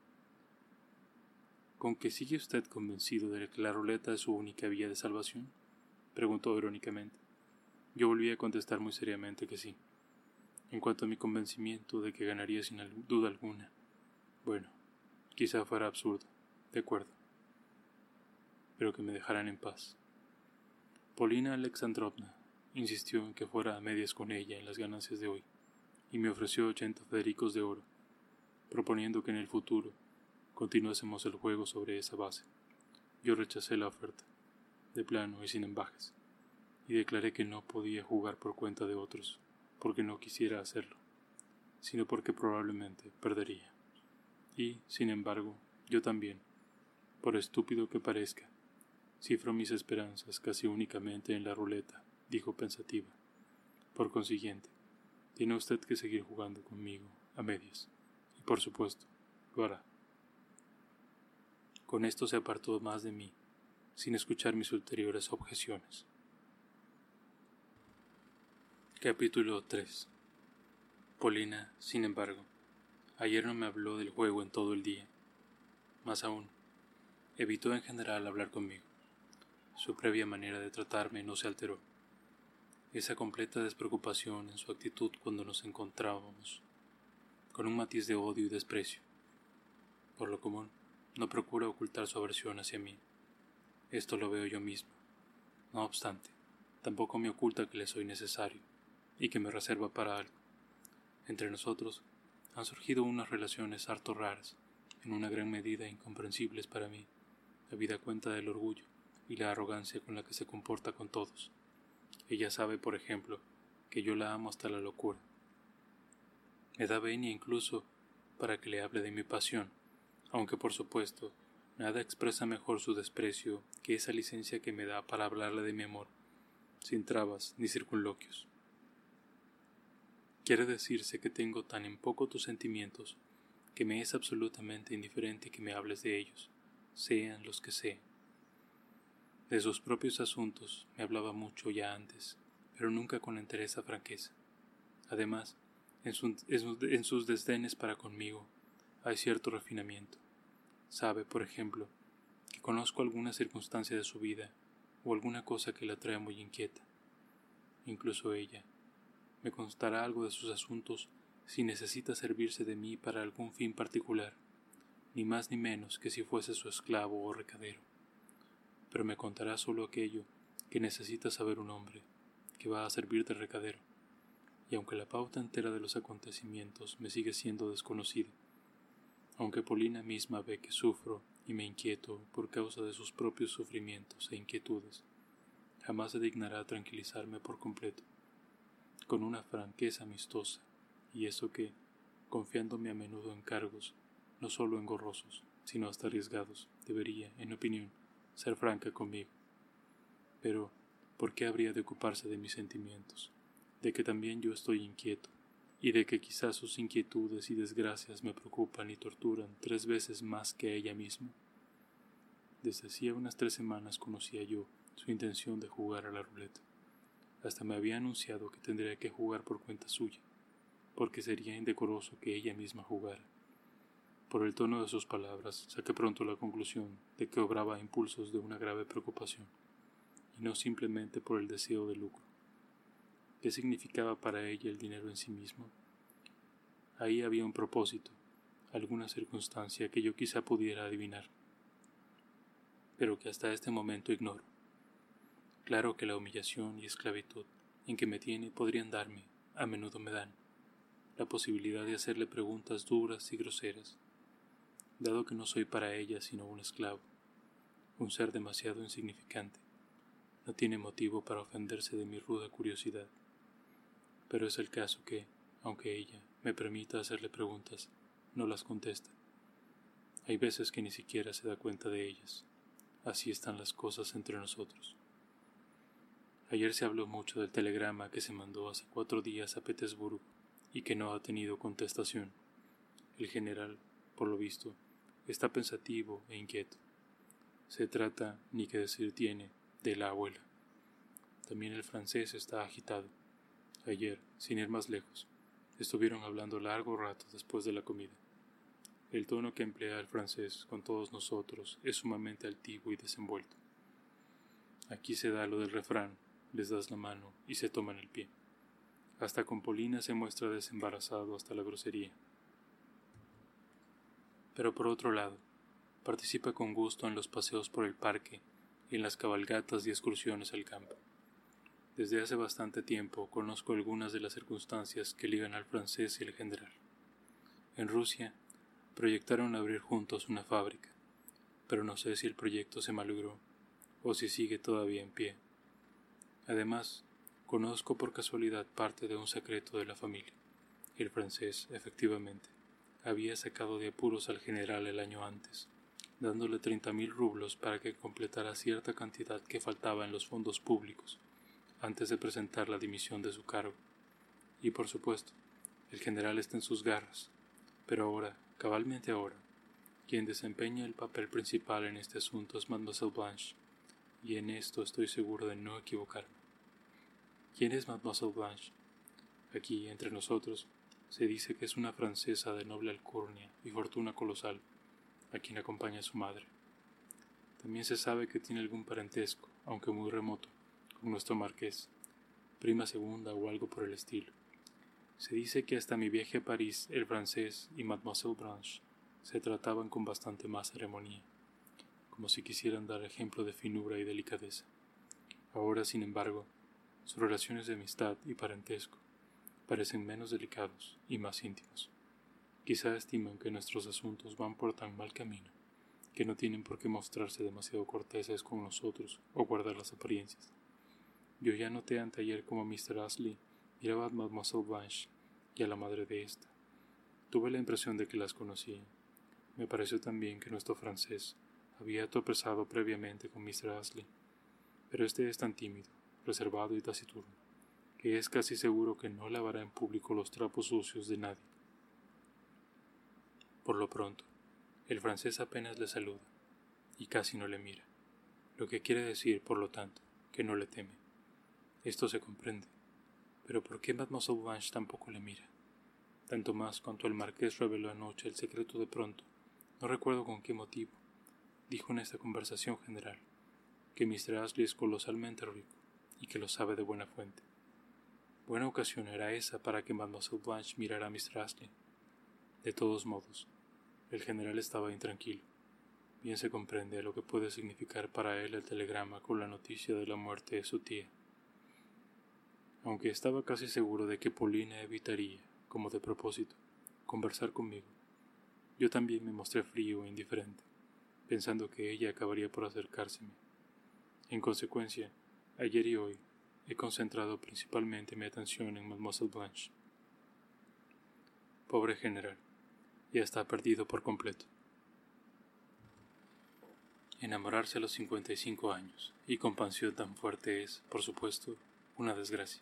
¿Con que sigue usted convencido de que la ruleta es su única vía de salvación?, preguntó irónicamente. Yo volví a contestar muy seriamente que sí. En cuanto a mi convencimiento de que ganaría sin duda alguna, bueno, quizá fuera absurdo, de acuerdo, pero que me dejaran en paz. Polina Alexandrovna insistió en que fuera a medias con ella en las ganancias de hoy, y me ofreció 80 Federicos de oro, proponiendo que en el futuro continuásemos el juego sobre esa base. Yo rechacé la oferta, de plano y sin embajes, y declaré que no podía jugar por cuenta de otros, porque no quisiera hacerlo, sino porque probablemente perdería. Y, sin embargo, yo también, por estúpido que parezca, cifro mis esperanzas casi únicamente en la ruleta, dijo pensativa. Por consiguiente, tiene usted que seguir jugando conmigo, a medias, y por supuesto, lo hará. Con esto se apartó más de mí, sin escuchar mis ulteriores objeciones. Capítulo 3. Polina, sin embargo, ayer no me habló del juego en todo el día. Más aún, evitó en general hablar conmigo. Su previa manera de tratarme no se alteró. Esa completa despreocupación en su actitud cuando nos encontrábamos, con un matiz de odio y desprecio. Por lo común, no procura ocultar su aversión hacia mí. Esto lo veo yo mismo. No obstante, tampoco me oculta que le soy necesario y que me reserva para algo. Entre nosotros han surgido unas relaciones harto raras, en una gran medida incomprensibles para mí, habida cuenta del orgullo y la arrogancia con la que se comporta con todos. Ella sabe, por ejemplo, que yo la amo hasta la locura. Me da venia incluso para que le hable de mi pasión, aunque por supuesto nada expresa mejor su desprecio que esa licencia que me da para hablarle de mi amor, sin trabas ni circunloquios. Quiere decirse que tengo tan en poco tus sentimientos que me es absolutamente indiferente que me hables de ellos, sean los que sean. De sus propios asuntos me hablaba mucho ya antes, pero nunca con entereza franqueza. Además, en sus desdenes para conmigo hay cierto refinamiento. Sabe, por ejemplo, que conozco alguna circunstancia de su vida o alguna cosa que la trae muy inquieta. Incluso ella me contará algo de sus asuntos si necesita servirse de mí para algún fin particular, ni más ni menos que si fuese su esclavo o recadero. Pero me contará solo aquello que necesita saber un hombre que va a servir de recadero, y aunque la pauta entera de los acontecimientos me sigue siendo desconocida, aunque Polina misma ve que sufro y me inquieto por causa de sus propios sufrimientos e inquietudes, jamás se dignará tranquilizarme por completo, con una franqueza amistosa, y eso que, confiándome a menudo en cargos, no solo engorrosos, sino hasta arriesgados, debería, en mi opinión, ser franca conmigo. Pero, ¿por qué habría de ocuparse de mis sentimientos? De que también yo estoy inquieto, y de que quizás sus inquietudes y desgracias me preocupan y torturan 3 veces más que a ella misma. Desde hacía unas 3 semanas conocía yo su intención de jugar a la ruleta. Hasta me había anunciado que tendría que jugar por cuenta suya, porque sería indecoroso que ella misma jugara. Por el tono de sus palabras saqué pronto la conclusión de que obraba a impulsos de una grave preocupación, y no simplemente por el deseo de lucro. ¿Qué significaba para ella el dinero en sí mismo? Ahí había un propósito, alguna circunstancia que yo quizá pudiera adivinar, pero que hasta este momento ignoro. Claro que la humillación y esclavitud en que me tiene podrían darme, a menudo me dan, la posibilidad de hacerle preguntas duras y groseras, dado que no soy para ella sino un esclavo, un ser demasiado insignificante. No tiene motivo para ofenderse de mi ruda curiosidad, pero es el caso que, aunque ella me permita hacerle preguntas, no las contesta. Hay veces que ni siquiera se da cuenta de ellas. Así están las cosas entre nosotros. Ayer se habló mucho del telegrama que se mandó hace 4 días a Petersburgo y que no ha tenido contestación. El general, por lo visto, está pensativo e inquieto. Se trata, ni que decir tiene, de la abuela. También el francés está agitado. Ayer, sin ir más lejos, estuvieron hablando largo rato después de la comida. El tono que emplea el francés con todos nosotros es sumamente altivo y desenvuelto. Aquí se da lo del refrán, les das la mano y se toman el pie. Hasta con Polina se muestra desembarazado hasta la grosería. Pero por otro lado, participa con gusto en los paseos por el parque y en las cabalgatas y excursiones al campo. Desde hace bastante tiempo conozco algunas de las circunstancias que ligan al francés y al general. En Rusia, proyectaron abrir juntos una fábrica, pero no sé si el proyecto se malogró o si sigue todavía en pie. Además, conozco por casualidad parte de un secreto de la familia. El francés, efectivamente, había sacado de apuros al general el año antes, dándole 30.000 rublos para que completara cierta cantidad que faltaba en los fondos públicos, antes de presentar la dimisión de su cargo. Y por supuesto, el general está en sus garras, pero ahora, cabalmente ahora, quien desempeña el papel principal en este asunto es Mademoiselle Blanche, y en esto estoy seguro de no equivocarme. ¿Quién es Mademoiselle Blanche? Aquí, entre nosotros, se dice que es una francesa de noble alcurnia y fortuna colosal, a quien acompaña su madre. También se sabe que tiene algún parentesco, aunque muy remoto, con nuestro marqués, prima segunda o algo por el estilo. Se dice que hasta mi viaje a París el francés y Mademoiselle Blanche se trataban con bastante más ceremonia, como si quisieran dar ejemplo de finura y delicadeza. Ahora, sin embargo, sus relaciones de amistad y parentesco parecen menos delicados y más íntimos. Quizá estiman que nuestros asuntos van por tan mal camino que no tienen por qué mostrarse demasiado corteses con nosotros o guardar las apariencias. Yo ya noté anteayer como Mr. Astley miraba a Mademoiselle Blanche y a la madre de ésta. Tuve la impresión de que las conocía. Me pareció también que nuestro francés había tropezado previamente con Mr. Astley, pero este es tan tímido, reservado y taciturno, que es casi seguro que no lavará en público los trapos sucios de nadie. Por lo pronto, el francés apenas le saluda, y casi no le mira, lo que quiere decir, por lo tanto, que no le teme. Esto se comprende, pero ¿por qué Mademoiselle Blanche tampoco le mira? Tanto más cuanto el marqués reveló anoche el secreto de pronto, no recuerdo con qué motivo, dijo en esta conversación general, que Mr. Astley es colosalmente rico, y que lo sabe de buena fuente. Buena ocasión era esa para que Mademoiselle Blanche mirara a Mr. Astley. De todos modos, el general estaba intranquilo. Bien se comprende lo que puede significar para él el telegrama con la noticia de la muerte de su tía. Aunque estaba casi seguro de que Polina evitaría, como de propósito, conversar conmigo, yo también me mostré frío e indiferente. pensando que ella acabaría por acercárseme. En consecuencia, ayer y hoy he concentrado principalmente mi atención en Mademoiselle Blanche. Pobre general, ya está perdido por completo. Enamorarse a los 55 años y con pasión tan fuerte es, por supuesto, una desgracia.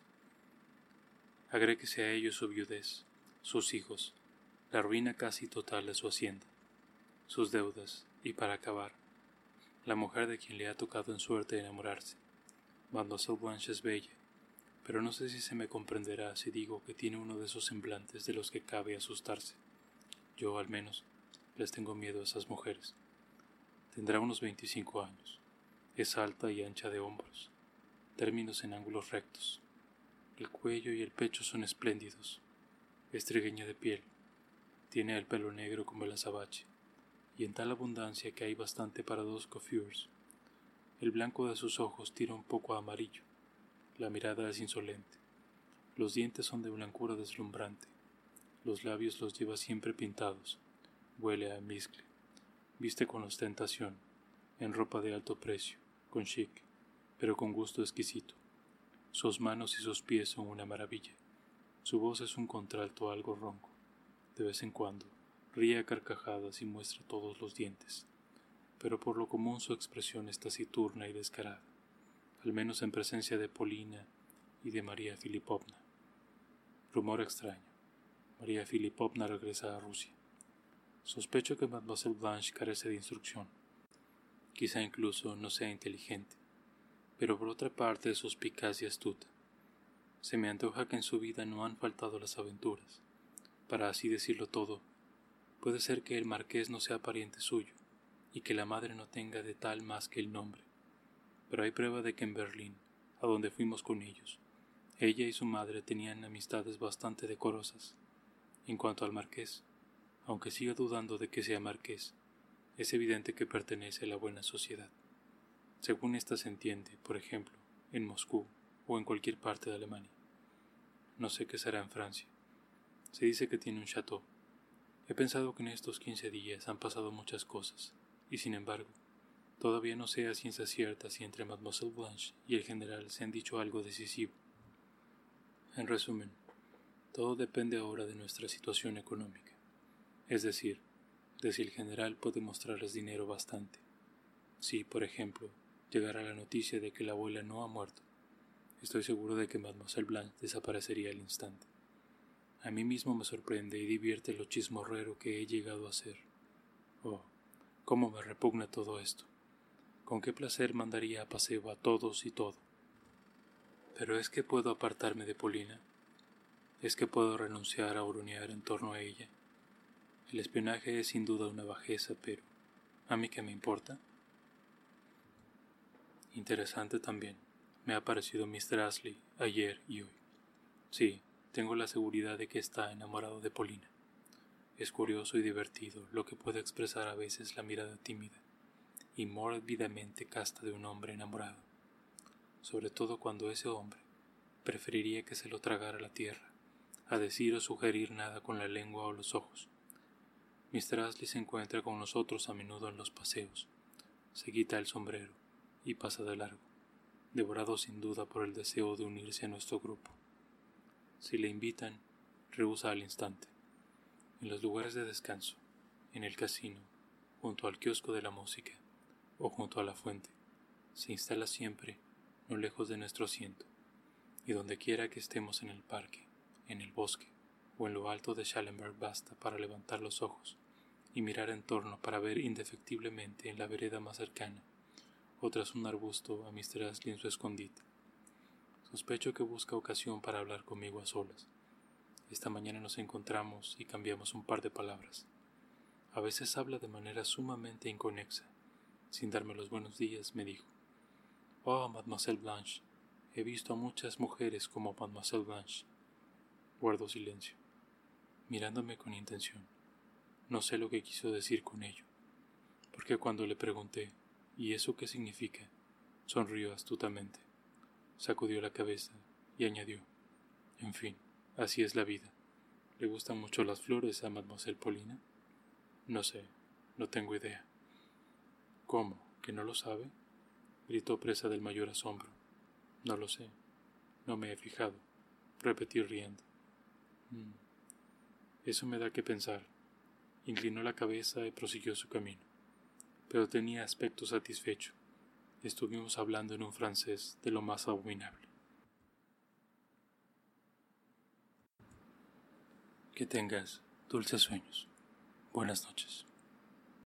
Agréguese a ello su viudez, sus hijos, la ruina casi total de su hacienda, sus deudas y, para acabar, la mujer de quien le ha tocado en suerte enamorarse. Mademoiselle Blanche es bella, pero no sé si se me comprenderá si digo que tiene uno de esos semblantes de los que cabe asustarse. Yo, al menos, les tengo miedo a esas mujeres. Tendrá unos 25 años. Es alta y ancha de hombros, términos en ángulos rectos. El cuello y el pecho son espléndidos. Es trigueña de piel. Tiene el pelo negro como el azabache, y en tal abundancia que hay bastante para 2 coiffures. El blanco de sus ojos tira un poco a amarillo. La mirada es insolente. Los dientes son de blancura deslumbrante. Los labios los lleva siempre pintados. Huele a almizcle. Viste con ostentación, en ropa de alto precio, con chic, pero con gusto exquisito. Sus manos y sus pies son una maravilla. Su voz es un contralto algo ronco. De vez en cuando, ríe a carcajadas y muestra todos los dientes. Pero por lo común su expresión es taciturna y descarada, al menos en presencia de Polina y de María Filipovna. Rumor extraño. María Filipovna regresa a Rusia. Sospecho que Mademoiselle Blanche carece de instrucción. Quizá incluso no sea inteligente, pero por otra parte es suspicaz y astuta. Se me antoja que en su vida no han faltado las aventuras. Para así decirlo todo, puede ser que el marqués no sea pariente suyo, y que la madre no tenga de tal más que el nombre. Pero hay prueba de que en Berlín, a donde fuimos con ellos, ella y su madre tenían amistades bastante decorosas. En cuanto al marqués, aunque siga dudando de que sea marqués, es evidente que pertenece a la buena sociedad. Según ésta se entiende, por ejemplo, en Moscú o en cualquier parte de Alemania. No sé qué será en Francia. Se dice que tiene un chateau. He pensado que en estos 15 días han pasado muchas cosas, y sin embargo, todavía no sé a ciencia cierta si entre Mademoiselle Blanche y el general se han dicho algo decisivo. En resumen, todo depende ahora de nuestra situación económica, es decir, de si el general puede mostrarles dinero bastante. Si, por ejemplo, llegara la noticia de que la abuela no ha muerto, estoy seguro de que Mademoiselle Blanche desaparecería al instante. A mí mismo me sorprende y divierte lo chismorrero que he llegado a ser. Oh, cómo me repugna todo esto. Con qué placer mandaría a paseo a todos y todo. Pero ¿es que puedo apartarme de Polina? ¿Es que puedo renunciar a huronear en torno a ella? El espionaje es sin duda una bajeza, pero ¿a mí qué me importa? Interesante también me ha parecido Mr. Ashley ayer y hoy. Sí, tengo la seguridad de que está enamorado de Polina. Es curioso y divertido lo que puede expresar a veces la mirada tímida y mórbidamente casta de un hombre enamorado, sobre todo cuando ese hombre preferiría que se lo tragara la tierra, a decir o sugerir nada con la lengua o los ojos. Mr. Ashley se encuentra con nosotros a menudo en los paseos, se quita el sombrero y pasa de largo, devorado sin duda por el deseo de unirse a nuestro grupo. Si le invitan, rehúsa al instante. En los lugares de descanso, en el casino, junto al kiosco de la música o junto a la fuente, se instala siempre no lejos de nuestro asiento, y donde quiera que estemos en el parque, en el bosque o en lo alto de Schallenberg basta para levantar los ojos y mirar en torno para ver indefectiblemente en la vereda más cercana o tras un arbusto a Mr. Ashley en su escondite. Sospecho que busca ocasión para hablar conmigo a solas. Esta mañana nos encontramos y cambiamos un par de palabras. A veces habla de manera sumamente inconexa. Sin darme los buenos días, me dijo: «Oh, Mademoiselle Blanche, he visto a muchas mujeres como Mademoiselle Blanche». Guardo silencio, mirándome con intención. No sé lo que quiso decir con ello, porque cuando le pregunté «¿Y eso qué significa?», sonrió astutamente, sacudió la cabeza y añadió: «En fin, así es la vida. ¿Le gustan mucho las flores a Mademoiselle Polina?». «No sé, no tengo idea». ¿Cómo? ¿Que no lo sabe? Gritó presa del mayor asombro. No lo sé. No me he fijado. Repetí riendo. Eso me da que pensar. Inclinó la cabeza y prosiguió su camino. Pero tenía aspecto satisfecho. Estuvimos hablando en un francés de lo más abominable. Que tengas dulces sueños. Buenas noches.